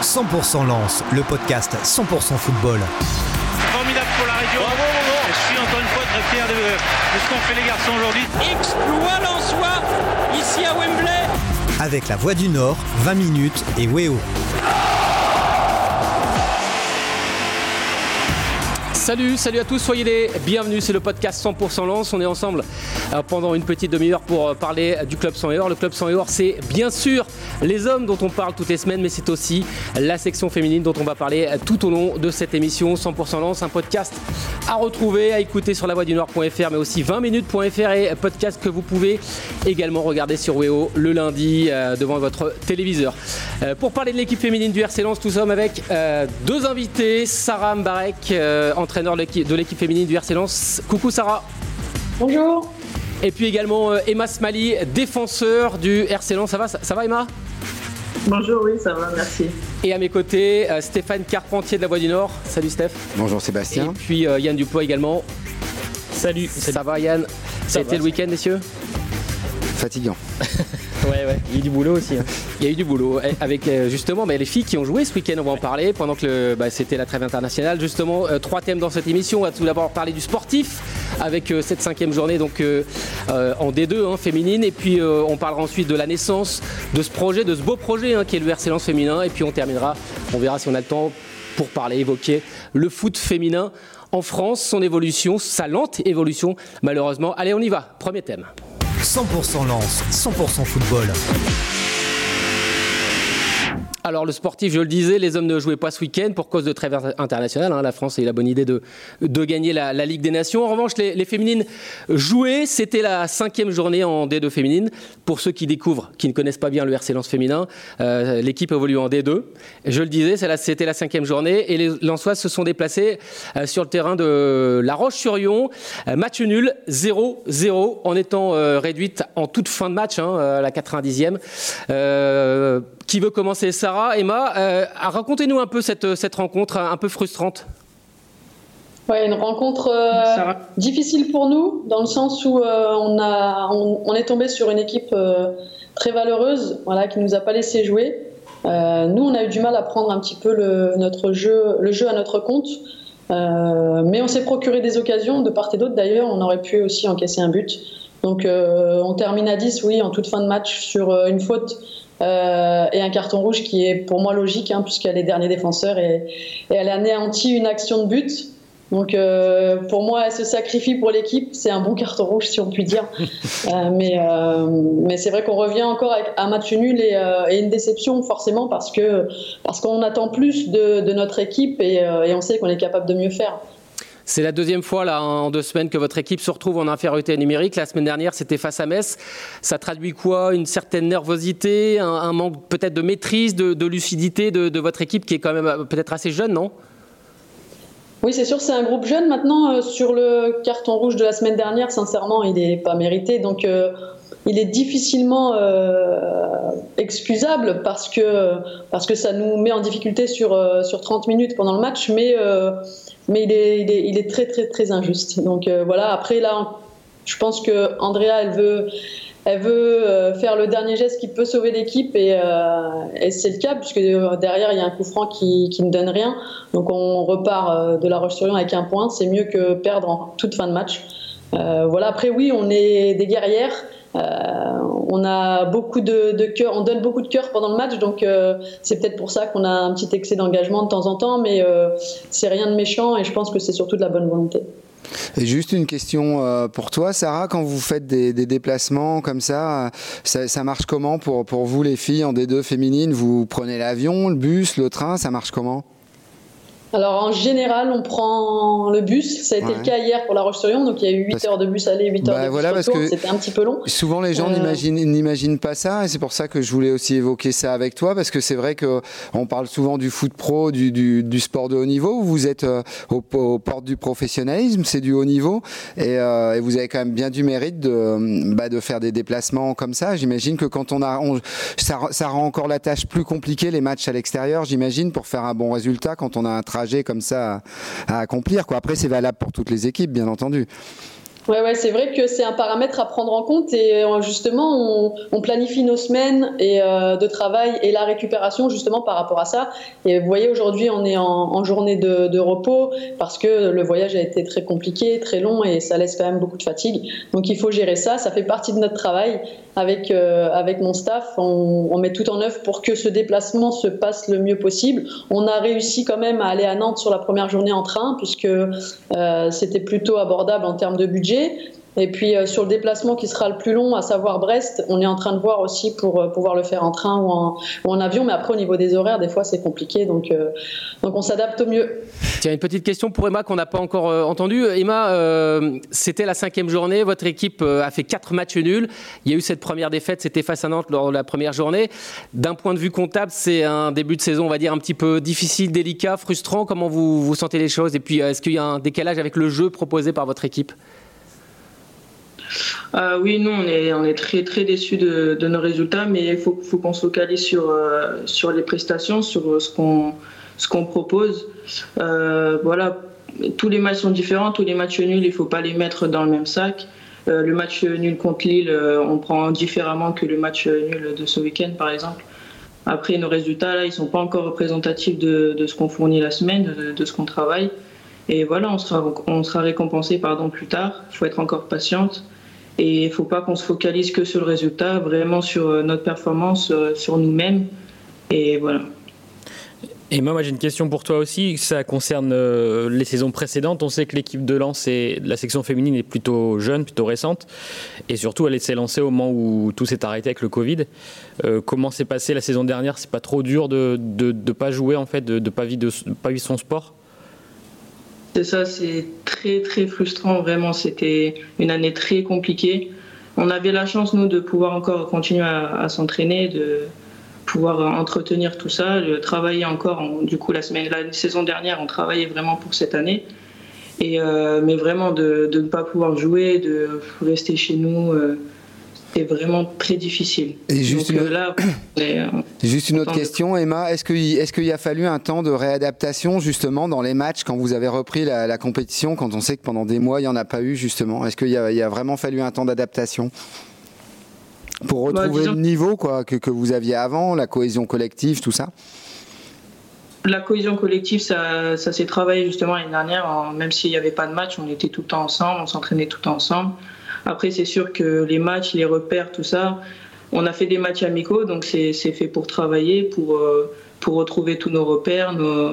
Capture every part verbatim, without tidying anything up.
cent pour cent Lens, le podcast cent pour cent football. Formidable pour la région. Bravo, bravo. Je suis encore une fois très fier de, de ce qu'ont fait les garçons aujourd'hui. Exploit lensois ici à Wembley. Avec la Voix du Nord, vingt minutes et Weo. Salut, salut à tous, soyez les bienvenus, c'est le podcast cent pour cent Lens. On est ensemble euh, pendant une petite demi-heure pour euh, parler du Club cent et or. Le Club cent et or, c'est bien sûr les hommes dont on parle toutes les semaines, mais c'est aussi la section féminine dont on va parler tout au long de cette émission cent pour cent Lens. Un podcast à retrouver, à écouter sur la voix du nord point f r, mais aussi vingt minutes point f r et podcast que vous pouvez également regarder sur Weo le lundi euh, devant votre téléviseur. Euh, pour parler de l'équipe féminine du R C Lens, nous sommes avec euh, deux invités. Sarah Mbarek, euh, entraîneur de l'équipe, de l'équipe féminine du R C Lens. Coucou Sarah. Bonjour. Et puis également euh, Emma Smali, défenseur du R C Lens. Ça va, ça, ça va Emma ? Bonjour, oui, ça va, merci. Et à mes côtés, euh, Stéphane Carpentier de la Voix du Nord. Salut Steph. Bonjour Sébastien. Et puis euh, Yann Duploy également. Salut. Ça salut. va Yann ? Ça a été le week-end, messieurs ? Fatigant. Ouais, ouais, il y a eu du boulot aussi. Hein. Il y a eu du boulot avec euh, justement bah, les filles qui ont joué ce week-end, on va en parler pendant que le, bah, c'était la trêve internationale. Justement, euh, trois thèmes dans cette émission. On va tout d'abord parler du sportif avec euh, cette cinquième journée donc euh, euh, en D deux hein, féminine. Et puis euh, on parlera ensuite de la naissance de ce projet, de ce beau projet hein, qui est le R C Lens féminin. Et puis on terminera, on verra si on a le temps pour parler, évoquer le foot féminin en France, son évolution, sa lente évolution malheureusement. Allez, on y va. Premier thème. cent pour cent Lens, cent pour cent football. Alors le sportif, je le disais, les hommes ne jouaient pas ce week-end pour cause de trêve internationale. Hein. La France a eu la bonne idée de, de gagner la, la Ligue des Nations. En revanche, les, les féminines jouaient. C'était la cinquième journée en D deux féminine. Pour ceux qui découvrent, qui ne connaissent pas bien le R C Lens féminin, euh, l'équipe évolue en D deux. Je le disais, c'est la, c'était la cinquième journée et les Lensoises se sont déplacées euh, sur le terrain de La Roche-sur-Yon. Euh, match nul, zéro zéro, en étant euh, réduite en toute fin de match, hein, à la quatre-vingt-dixième. Euh, Qui veut commencer ? Sarah, Emma, euh, racontez-nous un peu cette, cette rencontre un peu frustrante. Ouais, une rencontre euh, difficile pour nous, dans le sens où euh, on, a, on, on est tombé sur une équipe euh, très valeureuse, voilà, qui nous a pas laissé jouer. Euh, nous, on a eu du mal à prendre un petit peu le, notre jeu, le jeu à notre compte, euh, mais on s'est procuré des occasions, de part et d'autre d'ailleurs, on aurait pu aussi encaisser un but. Donc euh, on termine à dix, oui, en toute fin de match, sur euh, une faute. Euh, et un carton rouge qui est pour moi logique hein, puisqu'elle est dernier défenseur et, et elle anéantit une action de but. Donc euh, pour moi elle se sacrifie pour l'équipe, c'est un bon carton rouge si on peut dire. euh, mais, euh, mais c'est vrai qu'on revient encore avec un match nul et, euh, et une déception forcément parce, que, parce qu'on attend plus de, de notre équipe et, euh, et on sait qu'on est capable de mieux faire. C'est la deuxième fois là, en deux semaines que votre équipe se retrouve en infériorité numérique. La semaine dernière, c'était face à Metz. Ça traduit quoi ? Une certaine nervosité, un, un manque peut-être de maîtrise, de, de lucidité de, de votre équipe qui est quand même peut-être assez jeune, non ? Oui, c'est sûr, c'est un groupe jeune. Maintenant, euh, sur le carton rouge de la semaine dernière, sincèrement, il n'est pas mérité. Donc, euh, il est difficilement euh, excusable parce que, parce que ça nous met en difficulté sur, euh, sur trente minutes pendant le match. Mais... Euh, Mais il est, il, est, il est très, très, très injuste. Donc euh, voilà, après, là, je pense qu'Andrea, elle veut, elle veut euh, faire le dernier geste qui peut sauver l'équipe. Et, euh, et c'est le cas, puisque derrière, il y a un coup franc qui, qui ne donne rien. Donc on repart de La Roche-sur-Yon avec un point. C'est mieux que perdre en toute fin de match. Euh, voilà, après, oui, on est des guerrières. Euh, on a beaucoup de, de cœur, on donne beaucoup de cœur pendant le match, donc euh, c'est peut-être pour ça qu'on a un petit excès d'engagement de temps en temps, mais euh, c'est rien de méchant et je pense que c'est surtout de la bonne volonté. Et juste une question euh, pour toi, Sarah, quand vous faites des, des déplacements comme ça, ça, ça marche comment pour, pour vous les filles en D deux féminine ? Vous prenez l'avion, le bus, le train, ça marche comment ? Alors en général, on prend le bus. Ça a été ouais. le cas hier pour La Roche-sur-Yon, donc il y a eu huit parce heures de bus aller, huit heures bah de voilà, bus retour. C'était un petit peu long. Souvent les gens euh... n'imaginent, n'imaginent pas ça, et c'est pour ça que je voulais aussi évoquer ça avec toi, parce que c'est vrai qu'on parle souvent du foot pro, du, du, du sport de haut niveau. Vous êtes euh, aux, aux portes du professionnalisme, c'est du haut niveau, et, euh, et vous avez quand même bien du mérite de, bah, de faire des déplacements comme ça. J'imagine que quand on a, on, ça, ça rend encore la tâche plus compliquée, les matchs à l'extérieur, j'imagine, pour faire un bon résultat quand on a un trajet comme ça à, à accomplir, quoi. Après, c'est valable pour toutes les équipes, bien entendu. Ouais, ouais, c'est vrai que c'est un paramètre à prendre en compte et justement on, on planifie nos semaines et, euh, de travail et la récupération justement par rapport à ça. Et vous voyez, aujourd'hui on est en, en journée de, de repos parce que le voyage a été très compliqué, très long et ça laisse quand même beaucoup de fatigue. Donc il faut gérer ça, ça fait partie de notre travail. Avec, euh, avec mon staff, on, on met tout en œuvre pour que ce déplacement se passe le mieux possible. On a réussi quand même à aller à Nantes sur la première journée en train puisque euh, c'était plutôt abordable en termes de budget. Et puis euh, sur le déplacement qui sera le plus long, à savoir Brest, on est en train de voir aussi pour euh, pouvoir le faire en train ou en, ou en avion. Mais après, au niveau des horaires, des fois, c'est compliqué. Donc, euh, donc on s'adapte au mieux. Tiens, une petite question pour Emma qu'on n'a pas encore euh, entendue. Emma, euh, c'était la cinquième journée. Votre équipe euh, a fait quatre matchs nuls. Il y a eu cette première défaite, c'était face à Nantes lors de la première journée. D'un point de vue comptable, c'est un début de saison, on va dire, un petit peu difficile, délicat, frustrant. Comment vous, vous sentez les choses? Et puis, euh, est-ce qu'il y a un décalage avec le jeu proposé par votre équipe? Euh, oui, nous, on est, on est très, très déçus de, de nos résultats, mais il faut, faut qu'on se focalise sur, euh, sur les prestations, sur ce qu'on, ce qu'on propose. Euh, voilà, tous les matchs sont différents, tous les matchs nuls, il ne faut pas les mettre dans le même sac. Euh, le match nul contre Lille, euh, on prend différemment que le match nul de ce week-end, par exemple. Après, nos résultats, là, ils ne sont pas encore représentatifs de, de ce qu'on fournit la semaine, de, de ce qu'on travaille. Et voilà, on sera, on sera récompensé pardon, plus tard. Il faut être encore patiente. Et il ne faut pas qu'on se focalise que sur le résultat, vraiment sur notre performance, sur nous-mêmes. Et voilà. Et moi, moi j'ai une question pour toi aussi. Ça concerne euh, les saisons précédentes. On sait que l'équipe de Lens et la section féminine est plutôt jeune, plutôt récente. Et surtout, elle s'est lancée au moment où tout s'est arrêté avec le Covid. Euh, comment s'est passée la saison dernière? C'est pas trop dur de ne de, de pas jouer, en fait, de ne pas vivre, pas vivre son sport? C'est ça, c'est très très frustrant, vraiment, c'était une année très compliquée. On avait la chance, nous, de pouvoir encore continuer à, à s'entraîner, de pouvoir entretenir tout ça, de travailler encore. On, du coup, la, semaine, la saison dernière, on travaillait vraiment pour cette année. Et, euh, mais vraiment, de, de ne pas pouvoir jouer, de rester chez nous, euh, c'était vraiment très difficile. Et juste Donc, une... euh, là, est, euh, juste une autre question, Emma. Est-ce qu'il est-ce qu'il y a fallu un temps de réadaptation, justement, dans les matchs, quand vous avez repris la, la compétition, quand on sait que pendant des mois, il n'y en a pas eu, justement? Est-ce qu'il y a, il y a vraiment fallu un temps d'adaptation pour retrouver bah, disons... le niveau quoi, que, que vous aviez avant, la cohésion collective, tout ça? La cohésion collective, ça, ça s'est travaillé justement l'année dernière. En, même s'il n'y avait pas de match, on était tout le temps ensemble, on s'entraînait tout le temps ensemble. Après, c'est sûr que les matchs, les repères, tout ça, on a fait des matchs amicaux, donc c'est, c'est fait pour travailler, pour, euh, pour retrouver tous nos repères, nos,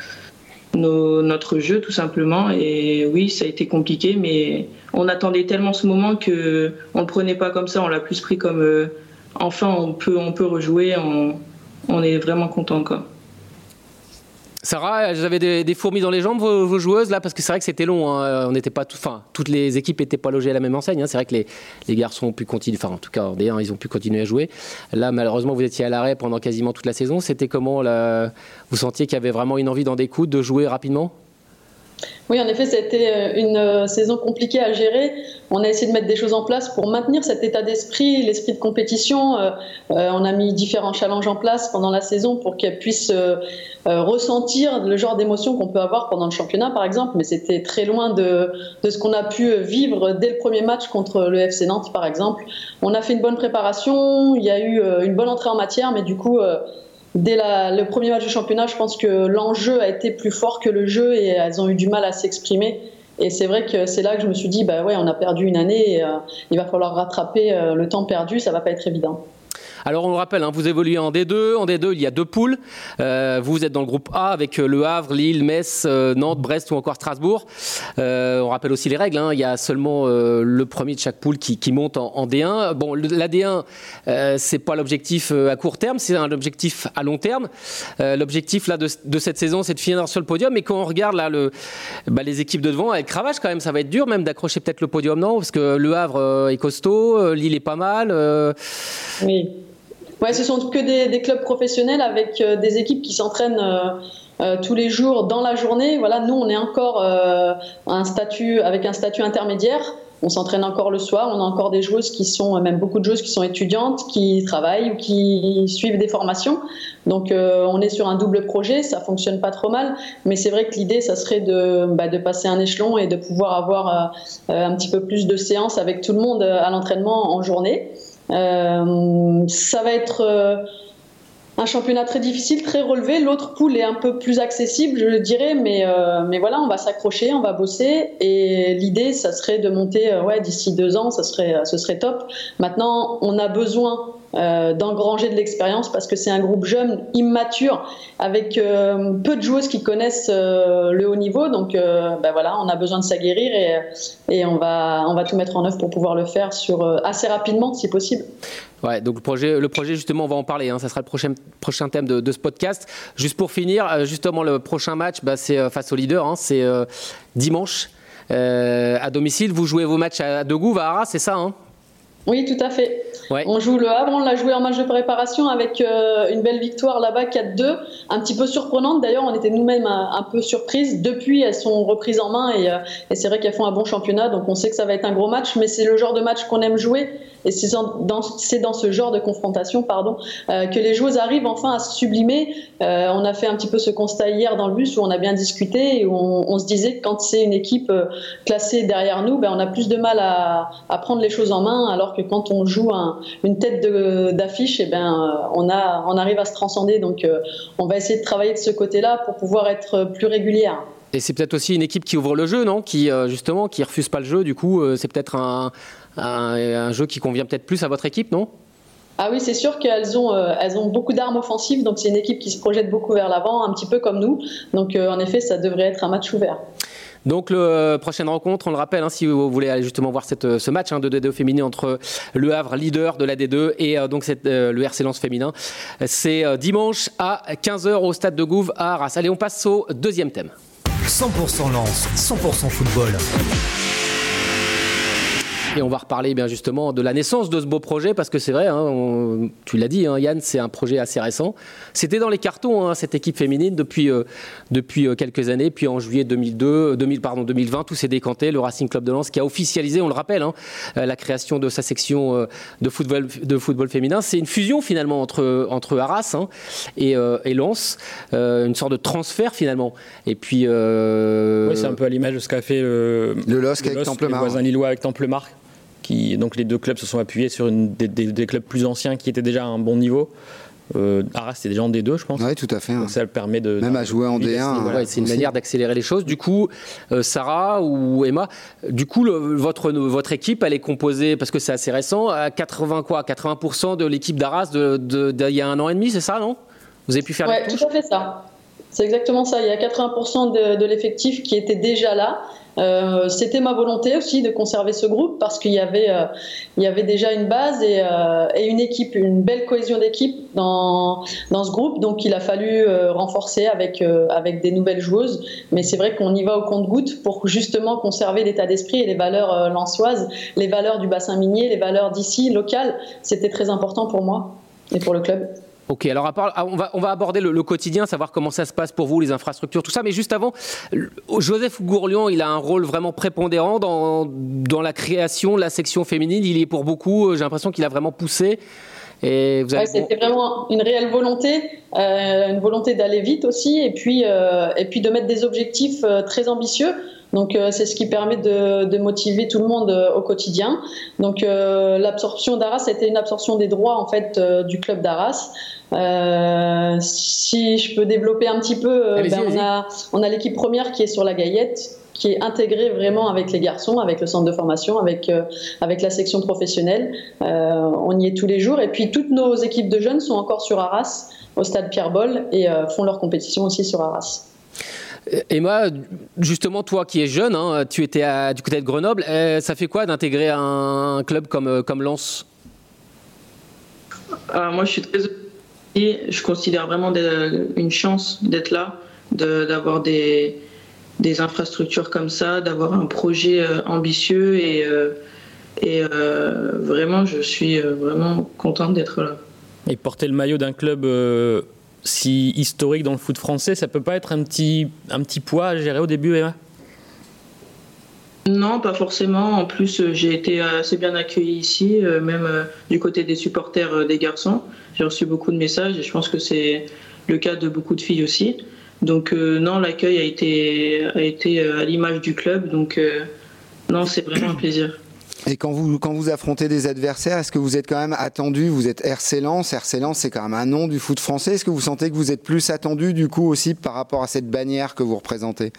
nos, notre jeu tout simplement. Et oui, ça a été compliqué, mais on attendait tellement ce moment qu'on ne le prenait pas comme ça, on l'a plus pris comme euh, enfin on peut, on peut rejouer, on, on est vraiment content quoi. Sarah, vous avez des, des fourmis dans les jambes, vos, vos joueuses, là, parce que c'est vrai que c'était long. Hein. On n'était pas tout, enfin, toutes les équipes n'étaient pas logées à la même enseigne. Hein. C'est vrai que les, les garçons ont pu continuer, enfin, en tout cas, en D un, ils ont pu continuer à jouer. Là, malheureusement, vous étiez à l'arrêt pendant quasiment toute la saison. C'était comment, là, vous sentiez qu'il y avait vraiment une envie d'en découdre, de jouer rapidement? Oui, en effet, c'était une saison compliquée à gérer. On a essayé de mettre des choses en place pour maintenir cet état d'esprit, l'esprit de compétition. Euh, on a mis différents challenges en place pendant la saison pour qu'elles puissent euh, euh, ressentir le genre d'émotion qu'on peut avoir pendant le championnat, par exemple. Mais c'était très loin de, de ce qu'on a pu vivre dès le premier match contre le F C Nantes, par exemple. On a fait une bonne préparation, il y a eu une bonne entrée en matière, mais du coup... Euh, Dès la, le premier match du championnat, je pense que l'enjeu a été plus fort que le jeu et elles ont eu du mal à s'exprimer. Et c'est vrai que c'est là que je me suis dit, bah ouais, on a perdu une année et euh, il va falloir rattraper euh, le temps perdu, ça va pas être évident. Alors on le rappelle, hein, vous évoluez en D deux. En D deux, il y a deux poules. Euh, vous êtes dans le groupe A avec Le Havre, Lille, Metz, euh, Nantes, Brest ou encore Strasbourg. Euh, on rappelle aussi les règles. Hein. Il y a seulement euh, le premier de chaque poule qui, qui monte en, en D un. Bon, le, la D un, euh, c'est pas l'objectif à court terme, c'est un objectif à long terme. Euh, l'objectif là de, de cette saison, c'est de finir sur le podium. Mais quand on regarde là le, bah, les équipes de devant, avec Cravache quand même, ça va être dur même d'accrocher peut-être le podium, non? Parce que Le Havre euh, est costaud, euh, Lille est pas mal. Euh... Oui. Ouais, ce sont que des, des clubs professionnels avec euh, des équipes qui s'entraînent euh, euh, tous les jours dans la journée. Voilà, nous, on est encore euh, un statut, avec un statut intermédiaire. on s'entraîne encore le soir. On a encore des joueuses qui sont, même beaucoup de joueuses qui sont étudiantes, qui travaillent ou qui suivent des formations. Donc euh, on est sur un double projet, ça fonctionne pas trop mal. Mais c'est vrai que l'idée, ça serait de, bah, de passer un échelon et de pouvoir avoir euh, un petit peu plus de séances avec tout le monde à l'entraînement en journée. Euh, ça va être euh, un championnat très difficile, très relevé. L'autre poule est un peu plus accessible, je le dirais, mais, euh, mais voilà, on va s'accrocher, on va bosser. Et l'idée, ça serait de monter euh, ouais, d'ici deux ans, ça serait, ce serait top. Maintenant, on a besoin euh, d'engranger de l'expérience parce que c'est un groupe jeune, immature, avec euh, peu de joueuses qui connaissent euh, le haut niveau. Donc euh, ben voilà, on a besoin de s'aguerrir et, et on, va, on va tout mettre en œuvre pour pouvoir le faire sur, euh, assez rapidement, si possible. Ouais, donc le projet, le projet justement, on va en parler, hein, ça sera le prochain, prochain thème de, de ce podcast. Juste pour finir, justement, le prochain match, bah, c'est face au leader, hein, c'est euh, dimanche euh, à domicile. Vous jouez vos matchs à Degouve, à Arras, c'est ça hein? Oui, tout à fait. Ouais. On joue le Havre, on l'a joué en match de préparation avec euh, une belle victoire là-bas, quatre deux, un petit peu surprenante. D'ailleurs, on était nous-mêmes un, un peu surprises. Depuis, elles sont reprises en main et, euh, et c'est vrai qu'elles font un bon championnat. Donc, on sait que ça va être un gros match, mais c'est le genre de match qu'on aime jouer. Et c'est dans, c'est dans ce genre de confrontation pardon, euh, que les joueuses arrivent enfin à se sublimer. Euh, on a fait un petit peu ce constat hier dans le bus où on a bien discuté et où on, on se disait que quand c'est une équipe euh, classée derrière nous, ben, on a plus de mal à, à prendre les choses en main, alors que quand on joue un, une tête de, d'affiche, eh ben, on, a, on arrive à se transcender. Donc euh, on va essayer de travailler de ce côté-là pour pouvoir être plus régulière. Et c'est peut-être aussi une équipe qui ouvre le jeu, non ? Qui euh, justement, qui refuse pas le jeu. Du coup, euh, c'est peut-être un, un, un jeu qui convient peut-être plus à votre équipe, non ? Ah oui, c'est sûr qu'elles ont, euh, elles ont beaucoup d'armes offensives, donc c'est une équipe qui se projette beaucoup vers l'avant, un petit peu comme nous. Donc euh, en effet, ça devrait être un match ouvert. Donc, la euh, prochaine rencontre, on le rappelle, hein, si vous voulez aller justement voir cette, ce match hein, de D deux féminin entre Le Havre, leader de la D deux, et euh, donc cette, euh, le R C Lens féminin, c'est euh, dimanche à quinze heures au stade de Gouve à Arras. Allez, on passe au deuxième thème. cent pour cent Lens, cent pour cent football. Et on va reparler bien justement de la naissance de ce beau projet parce que c'est vrai, hein, on, tu l'as dit hein, Yann, c'est un projet assez récent. C'était dans les cartons hein, cette équipe féminine depuis, euh, depuis euh, quelques années. Puis en juillet deux mille deux, deux mille, pardon, deux mille vingt, tout s'est décanté. Le Racing Club de Lens qui a officialisé, on le rappelle, hein, la création de sa section euh, de, football, de football féminin. C'est une fusion finalement entre, entre Arras hein, et, euh, et Lens, euh, une sorte de transfert finalement. Et puis, euh... oui, c'est un peu à l'image de ce qu'a fait le, le L O S C avec Templemar. Les voisins lillois avec Templemar. Qui, donc les deux clubs se sont appuyés sur une, des, des, des clubs plus anciens qui étaient déjà à un bon niveau. Euh, Arras c'était déjà en D deux je pense. Oui tout à fait. Donc ça le permet de... Même à jouer en D un. Voilà, c'est une aussi. manière d'accélérer les choses. Du coup, euh, Sarah ou Emma, du coup le, votre, votre équipe elle est composée, parce que c'est assez récent, à quatre-vingts, quoi, quatre-vingts pour cent de l'équipe d'Arras de, de, de, il y a un an et demi, c'est ça non ? Vous avez pu faire ouais, les tout à fait ça. C'est exactement ça. Il y a quatre-vingts pour cent de, de l'effectif qui était déjà là. Euh, c'était ma volonté aussi de conserver ce groupe parce qu'il y avait, euh, il y avait déjà une base et, euh, et une équipe, une belle cohésion d'équipe dans, dans ce groupe. Donc il a fallu euh, renforcer avec, euh, avec des nouvelles joueuses. Mais c'est vrai qu'on y va au compte-gouttes pour justement conserver l'état d'esprit et les valeurs euh, lensoises, les valeurs du bassin minier, les valeurs d'ici, locales. C'était très important pour moi et pour le club. Ok, alors à part, on, va, on va aborder le, le quotidien, savoir comment ça se passe pour vous, les infrastructures, tout ça. Mais juste avant, Joseph Gourlian, il a un rôle vraiment prépondérant dans, dans la création de la section féminine. Il y est pour beaucoup, j'ai l'impression qu'il a vraiment poussé. Et vous avez... ouais, c'était vraiment une réelle volonté, euh, une volonté d'aller vite aussi, et puis, euh, et puis de mettre des objectifs euh, très ambitieux. Donc euh, c'est ce qui permet de, de motiver tout le monde euh, au quotidien. Donc euh, l'absorption d'Arras a été une absorption des droits en fait euh, du club d'Arras. Euh, si je peux développer un petit peu, euh, ben, on a on a l'équipe première qui est sur la Gaillette, qui est intégrée vraiment avec les garçons, avec le centre de formation, avec euh, avec la section professionnelle. Euh, on y est tous les jours. Et puis toutes nos équipes de jeunes sont encore sur Arras, au stade Pierre-Boll, et euh, font leur compétition aussi sur Arras. Emma, justement, toi qui es jeune, hein, tu étais à, du côté de Grenoble, euh, ça fait quoi d'intégrer un club comme, comme Lens ? euh, Moi, je suis très heureuse. Je considère vraiment des, une chance d'être là, de, d'avoir des, des infrastructures comme ça, d'avoir un projet euh, ambitieux et, euh, et euh, vraiment, je suis vraiment contente d'être là. Et porter le maillot d'un club... Euh... si historique dans le foot français, ça peut pas être un petit, un petit poids à gérer au début, Emma ? Non, pas forcément. En plus, j'ai été assez bien accueillie ici, même du côté des supporters des garçons. J'ai reçu beaucoup de messages et je pense que c'est le cas de beaucoup de filles aussi. Donc euh, non, l'accueil a été, a été à l'image du club. Donc euh, non, c'est vraiment un plaisir. Et quand vous, quand vous affrontez des adversaires, est-ce que vous êtes quand même attendu? Vous êtes R C Lens. R C Lens, c'est quand même un nom du foot français. Est-ce que vous sentez que vous êtes plus attendu du coup aussi par rapport à cette bannière que vous représentez?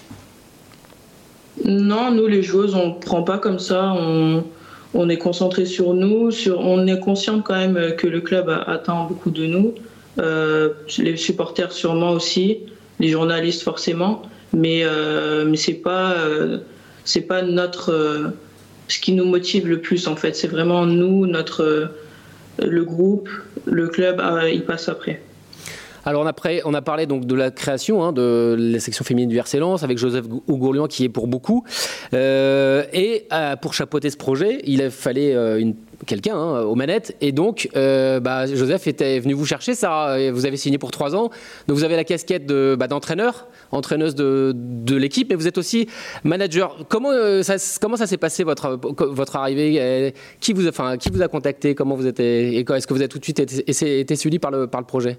Non, nous les joueuses, on ne prend pas comme ça. On, on est concentré sur nous. Sur, on est conscient quand même que le club attend beaucoup de nous. Euh, les supporters sûrement aussi, les journalistes forcément. Mais, euh, mais c'est pas, euh, c'est pas notre... Euh, ce qui nous motive le plus en fait, c'est vraiment nous, notre, euh, le groupe, le club, euh, il passe après. Alors on a, pré, on a parlé donc de la création hein, de la section féminine du R C Lens avec Joseph Ougourlian qui est pour beaucoup. Euh, et euh, pour chapeauter ce projet, il fallait euh, une, quelqu'un hein, aux manettes. Et donc euh, bah, Joseph était venu vous chercher, Sarah. Vous avez signé pour trois ans. Donc vous avez la casquette de, bah, d'entraîneur, entraîneuse de, de l'équipe, mais vous êtes aussi manager. Comment, euh, ça, comment ça s'est passé votre, votre arrivée? Qui vous, enfin, qui vous a contacté? Comment vous êtes, et est-ce que vous avez tout de suite été, été séduit par le, par le projet?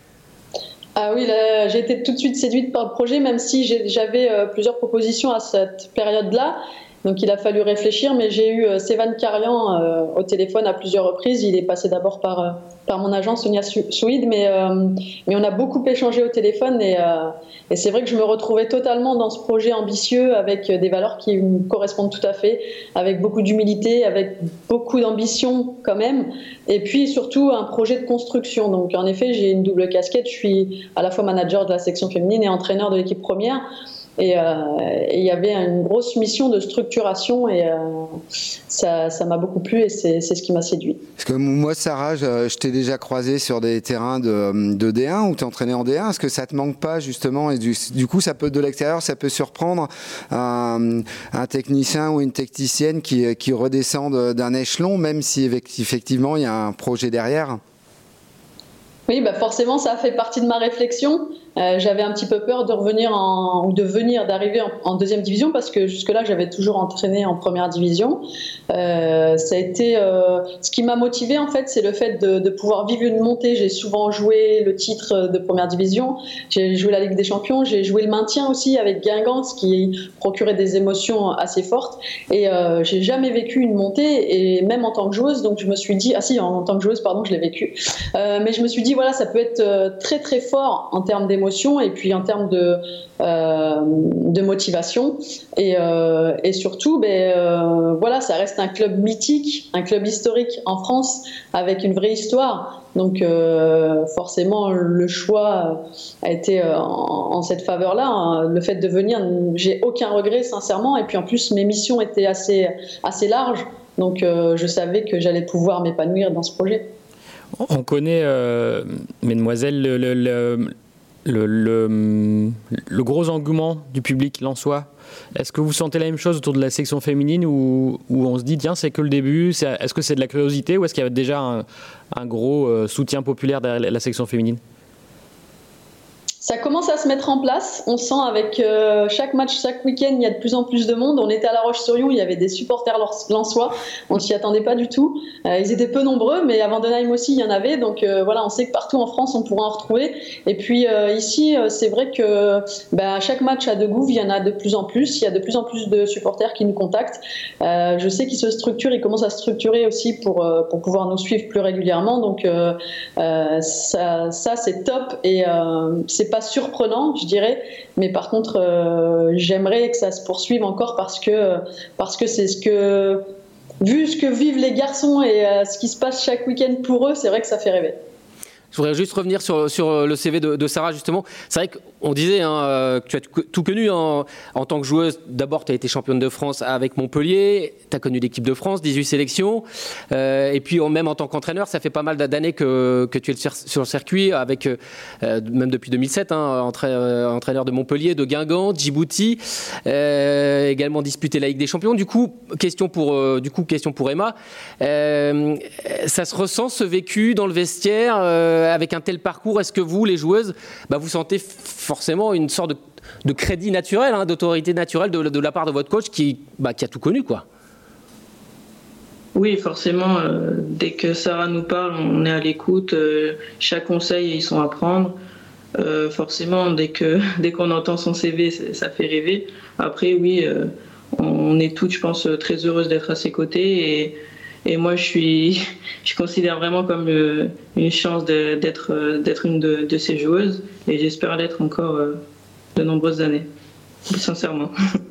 Ah oui, là, j'ai été tout de suite séduite par le projet, même si j'avais euh, plusieurs propositions à cette période-là. Donc il a fallu réfléchir, mais j'ai eu euh, Sévan Karian euh, au téléphone à plusieurs reprises. Il est passé d'abord par, euh, par mon agent Sonia Souid, mais, euh, mais on a beaucoup échangé au téléphone et, euh, et c'est vrai que je me retrouvais totalement dans ce projet ambitieux avec des valeurs qui me correspondent tout à fait, avec beaucoup d'humilité, avec beaucoup d'ambition quand même, et puis surtout un projet de construction. Donc en effet, j'ai une double casquette. Je suis à la fois manager de la section féminine et entraîneur de l'équipe première. Et euh, il y avait une grosse mission de structuration et euh, ça, ça m'a beaucoup plu et c'est, c'est ce qui m'a séduit. Parce que moi, Sarah, je, je t'ai déjà croisé sur des terrains de, de D un où tu entraîné en D un. Est-ce que ça te manque pas justement? Et du, du coup, ça peut de l'extérieur, ça peut surprendre un, un technicien ou une technicienne qui, qui redescend d'un échelon, même si effectivement il y a un projet derrière. Oui, bah forcément, ça a fait partie de ma réflexion. Euh, j'avais un petit peu peur de revenir en, ou de venir, d'arriver en, en deuxième division parce que jusque-là, j'avais toujours entraîné en première division. Euh, ça a été, euh, ce qui m'a motivée en fait, c'est le fait de, de pouvoir vivre une montée. J'ai souvent joué le titre de première division. J'ai joué la Ligue des Champions. J'ai joué le maintien aussi avec Guingamp, ce qui procurait des émotions assez fortes. Et euh, j'ai jamais vécu une montée, et même en tant que joueuse. Donc je me suis dit, ah si, en, en tant que joueuse, pardon, je l'ai vécu. Euh, mais je me suis dit, voilà, ça peut être très très fort en termes d'émotions et puis en termes de, euh, de motivation et, euh, et surtout ben, euh, voilà, ça reste un club mythique, un club historique en France avec une vraie histoire, donc euh, forcément le choix a été en, en cette faveur là. Le fait de venir, j'ai aucun regret sincèrement, et puis en plus mes missions étaient assez, assez larges, donc euh, je savais que j'allais pouvoir m'épanouir dans ce projet. On connaît, euh, mesdemoiselles, le, le, le, le, le, le gros engouement du public lensois. Est-ce que vous sentez la même chose autour de la section féminine où, où on se dit, tiens, c'est que le début, c'est, est-ce que c'est de la curiosité ou est-ce qu'il y a déjà un, un gros euh, soutien populaire derrière la section féminine ? Ça commence à se mettre en place. On sent avec euh, chaque match, chaque week-end, il y a de plus en plus de monde. On était à La Roche-sur-Yon, il y avait des supporters lensois. On ne s'y attendait pas du tout. Euh, ils étaient peu nombreux, mais à Vendenheim aussi, il y en avait. Donc euh, voilà, on sait que partout en France, on pourra en retrouver. Et puis euh, ici, euh, c'est vrai que bah, chaque match à De Gouve, il y en a de plus en plus. Il y a de plus en plus de supporters qui nous contactent. Euh, je sais qu'ils se structurent, ils commencent à se structurer aussi pour, euh, pour pouvoir nous suivre plus régulièrement. Donc euh, euh, ça, ça, c'est top. Et euh, c'est pas surprenant, je dirais, mais par contre euh, j'aimerais que ça se poursuive encore parce que parce que c'est ce que, vu ce que vivent les garçons et euh, ce qui se passe chaque week-end pour eux, c'est vrai que ça fait rêver. Je voudrais juste revenir sur, sur le C V de, de Sarah, justement. C'est vrai qu'on disait hein, que tu as tout connu en, en tant que joueuse. D'abord, tu as été championne de France avec Montpellier, tu as connu l'équipe de France, dix-huit sélections. Euh, et puis, même en tant qu'entraîneur, ça fait pas mal d'années que, que tu es sur le circuit, avec, euh, même depuis deux mille sept, hein, entraîneur de Montpellier, de Guingamp, Djibouti, euh, également disputé la Ligue des Champions. Du coup, question pour, euh, du coup, question pour Emma. Euh, ça se ressent, ce vécu dans le vestiaire euh, euh, avec un tel parcours, est-ce que vous, les joueuses, bah, vous sentez forcément une sorte de, de crédit naturel, hein, d'autorité naturelle de, de la part de votre coach qui, bah, qui a tout connu, quoi? Oui, forcément, euh, dès que Sarah nous parle, on est à l'écoute. Euh, chaque conseil, ils sont à prendre. Euh, forcément, dès que dès qu'on entend son C V, ça fait rêver. Après, oui, euh, on est toutes, je pense, très heureuses d'être à ses côtés. Et, et moi, je suis, je considère vraiment comme euh, une chance de, d'être, d'être une de, de ces joueuses. Et j'espère l'être encore euh, de nombreuses années, sincèrement.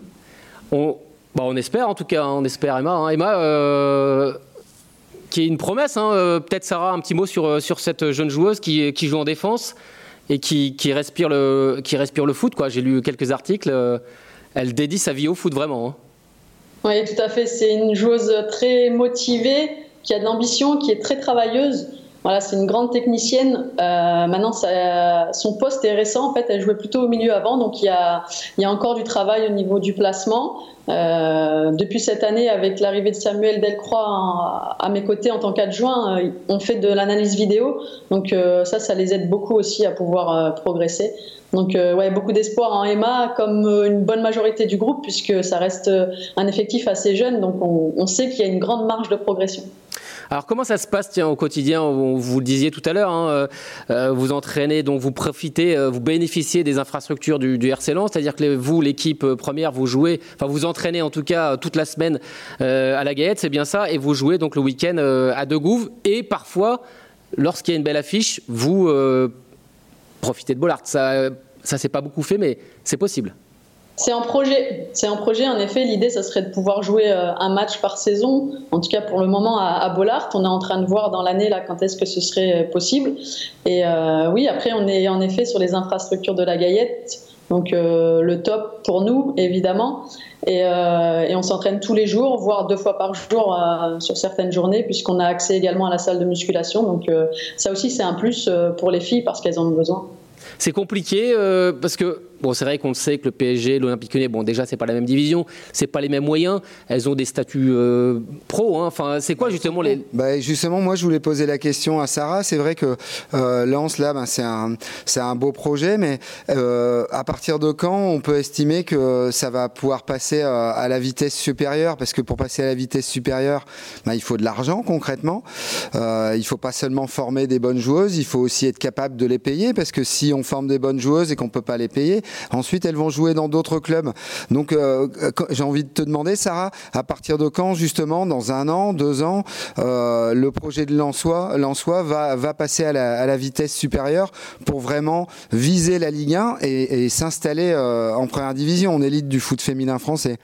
On... Bah on espère en tout cas, on espère Emma. Hein. Emma, euh, qui est une promesse, hein, euh, peut-être Sarah, un petit mot sur, sur cette jeune joueuse qui, qui joue en défense et qui, qui, respire, le, qui respire le foot, quoi. J'ai lu quelques articles, euh, elle dédie sa vie au foot vraiment. Hein. Oui, tout à fait, c'est une joueuse très motivée, qui a de l'ambition, qui est très travailleuse. Voilà, c'est une grande technicienne. Euh, maintenant, ça, son poste est récent. En fait, elle jouait plutôt au milieu avant, donc il y a, il y a encore du travail au niveau du placement. Euh, depuis cette année, avec l'arrivée de Samuel Delcroix à, à mes côtés en tant qu'adjoint, euh, on fait de l'analyse vidéo. Donc euh, ça, ça les aide beaucoup aussi à pouvoir euh, progresser. Donc euh, ouais, beaucoup d'espoir en Emma, comme euh, une bonne majorité du groupe, puisque ça reste euh, un effectif assez jeune. Donc on, on sait qu'il y a une grande marge de progression. Alors comment ça se passe tiens, au quotidien? Vous le disiez tout à l'heure, hein, euh, vous entraînez, donc vous profitez, euh, vous bénéficiez des infrastructures du, du R C Lens, c'est-à-dire que les, vous, l'équipe première, vous jouez, enfin vous entraînez en tout cas toute la semaine euh, à la Gaillette, c'est bien ça, et vous jouez donc le week-end euh, à Degouves, et parfois, lorsqu'il y a une belle affiche, vous euh, profitez de Bollaert. Ça, ça s'est pas beaucoup fait, mais c'est possible. C'est en projet. C'est en projet. En effet, l'idée, ça serait de pouvoir jouer un match par saison. En tout cas, pour le moment, à, à Bollaert. On est en train de voir dans l'année là quand est-ce que ce serait possible. Et euh, oui, après, on est en effet sur les infrastructures de la Gaillette. Donc euh, le top pour nous, évidemment. Et, euh, et on s'entraîne tous les jours, voire deux fois par jour euh, sur certaines journées, puisqu'on a accès également à la salle de musculation. Donc euh, ça aussi, c'est un plus pour les filles parce qu'elles en ont besoin. C'est compliqué euh, parce que bon, c'est vrai qu'on le sait que le P S G, l'Olympique Lyonnais, bon déjà c'est pas la même division, c'est pas les mêmes moyens, elles ont des statuts euh, pro. Hein. Enfin, c'est quoi justement les bah, justement, moi je voulais poser la question à Sarah. C'est vrai que euh, Lens là, ben, c'est un c'est un beau projet, mais euh, à partir de quand on peut estimer que ça va pouvoir passer euh, à la vitesse supérieure? Parce que pour passer à la vitesse supérieure, ben, il faut de l'argent concrètement. Euh, il faut pas seulement former des bonnes joueuses, il faut aussi être capable de les payer, parce que si on forme des bonnes joueuses et qu'on peut pas les payer, ensuite elles vont jouer dans d'autres clubs. Donc euh, j'ai envie de te demander, Sarah, à partir de quand justement, dans un an, deux ans, euh, le projet de Lensois, Lensois va, va passer à la, à la vitesse supérieure pour vraiment viser la Ligue un et, et s'installer euh, en première division, en élite du foot féminin français?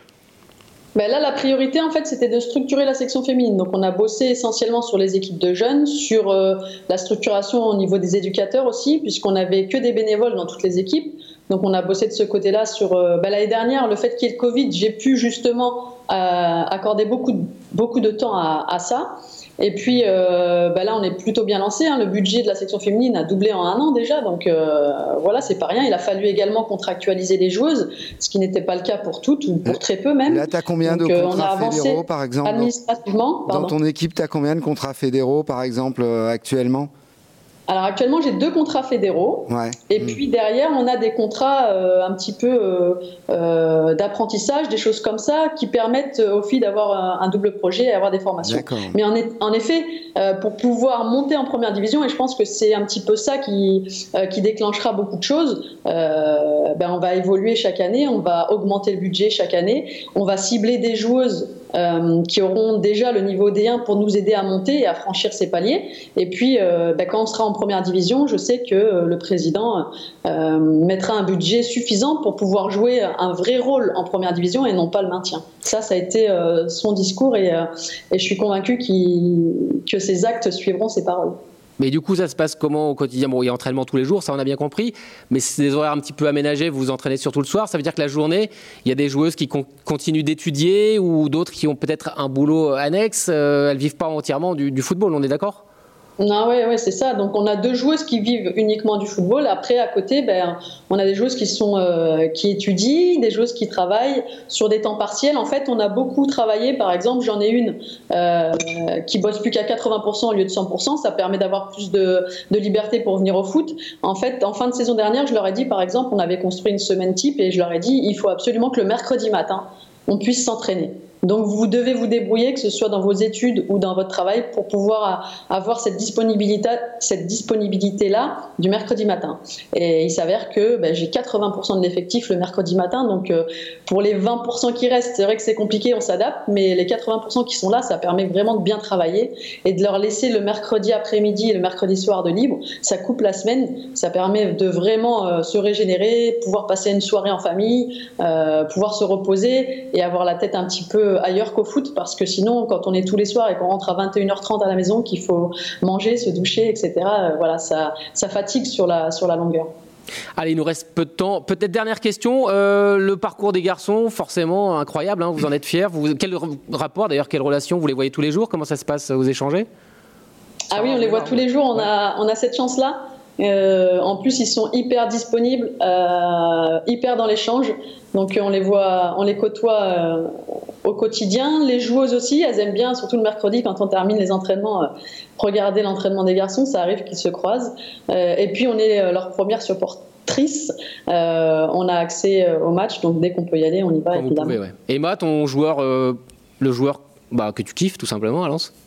Ben là, la priorité, en fait, c'était de structurer la section féminine. Donc, on a bossé essentiellement sur les équipes de jeunes, sur euh, la structuration au niveau des éducateurs aussi, puisqu'on n'avait que des bénévoles dans toutes les équipes. Donc, on a bossé de ce côté-là sur euh, ben, l'année dernière, le fait qu'il y ait le Covid, j'ai pu justement euh, accorder beaucoup de, beaucoup de temps à, à ça. Et puis euh, bah là, on est plutôt bien lancé. Hein. Le budget de la section féminine a doublé en un an déjà. Donc euh, voilà, c'est pas rien. Il a fallu également contractualiser les joueuses, ce qui n'était pas le cas pour toutes ou pour très peu même. Là, tu as combien donc, de contrats euh, fédéraux, par exemple? Administrativement, dans, dans ton équipe, tu as combien de contrats fédéraux, par exemple, euh, actuellement? Alors actuellement, j'ai deux contrats fédéraux. Ouais. Et mmh. puis derrière, on a des contrats euh, un petit peu euh, euh, d'apprentissage, des choses comme ça, qui permettent aux filles d'avoir un, un double projet et avoir des formations. D'accord. Mais en, est, en effet, euh, pour pouvoir monter en première division, et je pense que c'est un petit peu ça qui, euh, qui déclenchera beaucoup de choses, euh, ben on va évoluer chaque année, on va augmenter le budget chaque année, on va cibler des joueuses Euh, qui auront déjà le niveau D un pour nous aider à monter et à franchir ces paliers. Et puis, euh, bah, quand on sera en première division, je sais que euh, le président euh, mettra un budget suffisant pour pouvoir jouer un vrai rôle en première division et non pas le maintien. Ça, ça a été euh, son discours et, euh, et je suis convaincue qu'il, que ses actes suivront ses paroles. Mais du coup, ça se passe comment au quotidien? Bon, il y a entraînement tous les jours, ça on a bien compris, mais c'est des horaires un petit peu aménagés, vous vous entraînez surtout le soir, ça veut dire que la journée, il y a des joueuses qui con- continuent d'étudier ou d'autres qui ont peut-être un boulot annexe, euh, elles ne vivent pas entièrement du, du football, on est d'accord? Non, ouais, ouais, c'est ça. Donc, on a deux joueuses qui vivent uniquement du football. Après, à côté, ben, on a des joueuses qui sont, euh, qui étudient, des joueuses qui travaillent sur des temps partiels. En fait, on a beaucoup travaillé. Par exemple, j'en ai une euh, qui bosse plus qu'à quatre-vingts pour cent au lieu de cent pour cent. Ça permet d'avoir plus de, de liberté pour venir au foot. En fait, en fin de saison dernière, je leur ai dit, par exemple, on avait construit une semaine type et je leur ai dit, il faut absolument que le mercredi matin, on puisse s'entraîner. Donc vous devez vous débrouiller, que ce soit dans vos études ou dans votre travail, pour pouvoir avoir cette disponibilité, cette disponibilité-là du mercredi matin. Et il s'avère que ben, j'ai quatre-vingts pour cent de l'effectif le mercredi matin, donc euh, pour les vingt pour cent qui restent, c'est vrai que c'est compliqué, on s'adapte, mais les quatre-vingts pour cent qui sont là, ça permet vraiment de bien travailler et de leur laisser le mercredi après-midi et le mercredi soir de libre. Ça coupe la semaine, ça permet de vraiment euh, se régénérer, pouvoir passer une soirée en famille, euh, pouvoir se reposer et avoir la tête un petit peu ailleurs qu'au foot, parce que sinon quand on est tous les soirs et qu'on rentre à vingt et une heures trente à la maison, qu'il faut manger, se doucher, et cetera, euh, voilà, ça, ça fatigue sur la, sur la longueur. Allez, il nous reste peu de temps. Peut-être dernière question, euh, le parcours des garçons, forcément incroyable, hein, vous en êtes fiers. Vous, quel rapport d'ailleurs, quelle relation, vous les voyez tous les jours? Comment ça se passe, vous échangez? Ah oui, on les voit tous les jours, on a, on a cette chance-là. Euh, en plus, ils sont hyper disponibles, euh, hyper dans l'échange. Donc, on les voit, on les côtoie euh, au quotidien. Les joueuses aussi, elles aiment bien, surtout le mercredi, quand on termine les entraînements, euh, regarder l'entraînement des garçons. Ça arrive qu'ils se croisent. Euh, et puis, on est euh, leur première supportrice. Euh, on a accès euh, au match, donc dès qu'on peut y aller, on y va, quand évidemment. Vous pouvez, ouais. Emma, ton joueur, euh, le joueur bah, que tu kiffes, tout simplement, à Lens?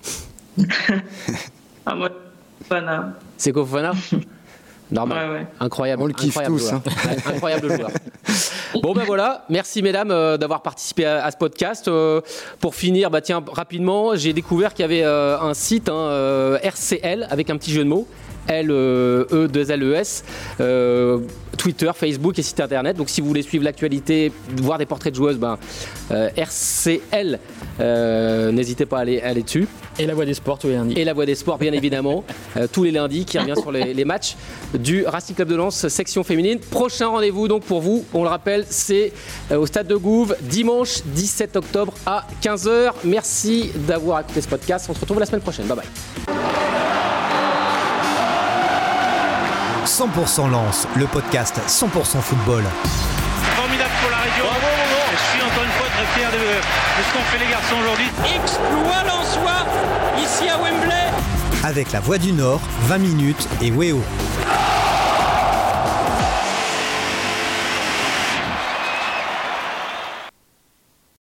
Ah, moi, Fofana. C'est Fofana? Normal. Ouais, ouais. Incroyable. On le kiffe tous. Joueur. Hein. Ouais, incroyable joueur. Bon ben voilà, merci mesdames euh, d'avoir participé à, à ce podcast. Euh, pour finir, bah tiens rapidement, j'ai découvert qu'il y avait euh, un site hein, euh, R C L avec un petit jeu de mots. L E deux L E S, euh, Twitter, Facebook et site internet. Donc si vous voulez suivre l'actualité, voir des portraits de joueuses, ben, euh, R C L, euh, n'hésitez pas à aller, à aller dessus. Et la Voix des Sports tous les lundis. Et la Voix des Sports, bien évidemment, euh, tous les lundis, qui revient sur les, les matchs du Racing Club de Lens, section féminine. Prochain rendez-vous donc pour vous, on le rappelle, c'est euh, au Stade de Gouves, dimanche dix-sept octobre à quinze heures. Merci d'avoir écouté ce podcast. On se retrouve la semaine prochaine. Bye bye. cent pour cent Lens, le podcast cent pour cent football. Formidable pour la région. Bravo, bravo. Je suis encore une fois très fier de, de ce qu'ont fait les garçons aujourd'hui. Exploit lensois ici à Wembley. Avec la Voix du Nord, vingt minutes et Weo.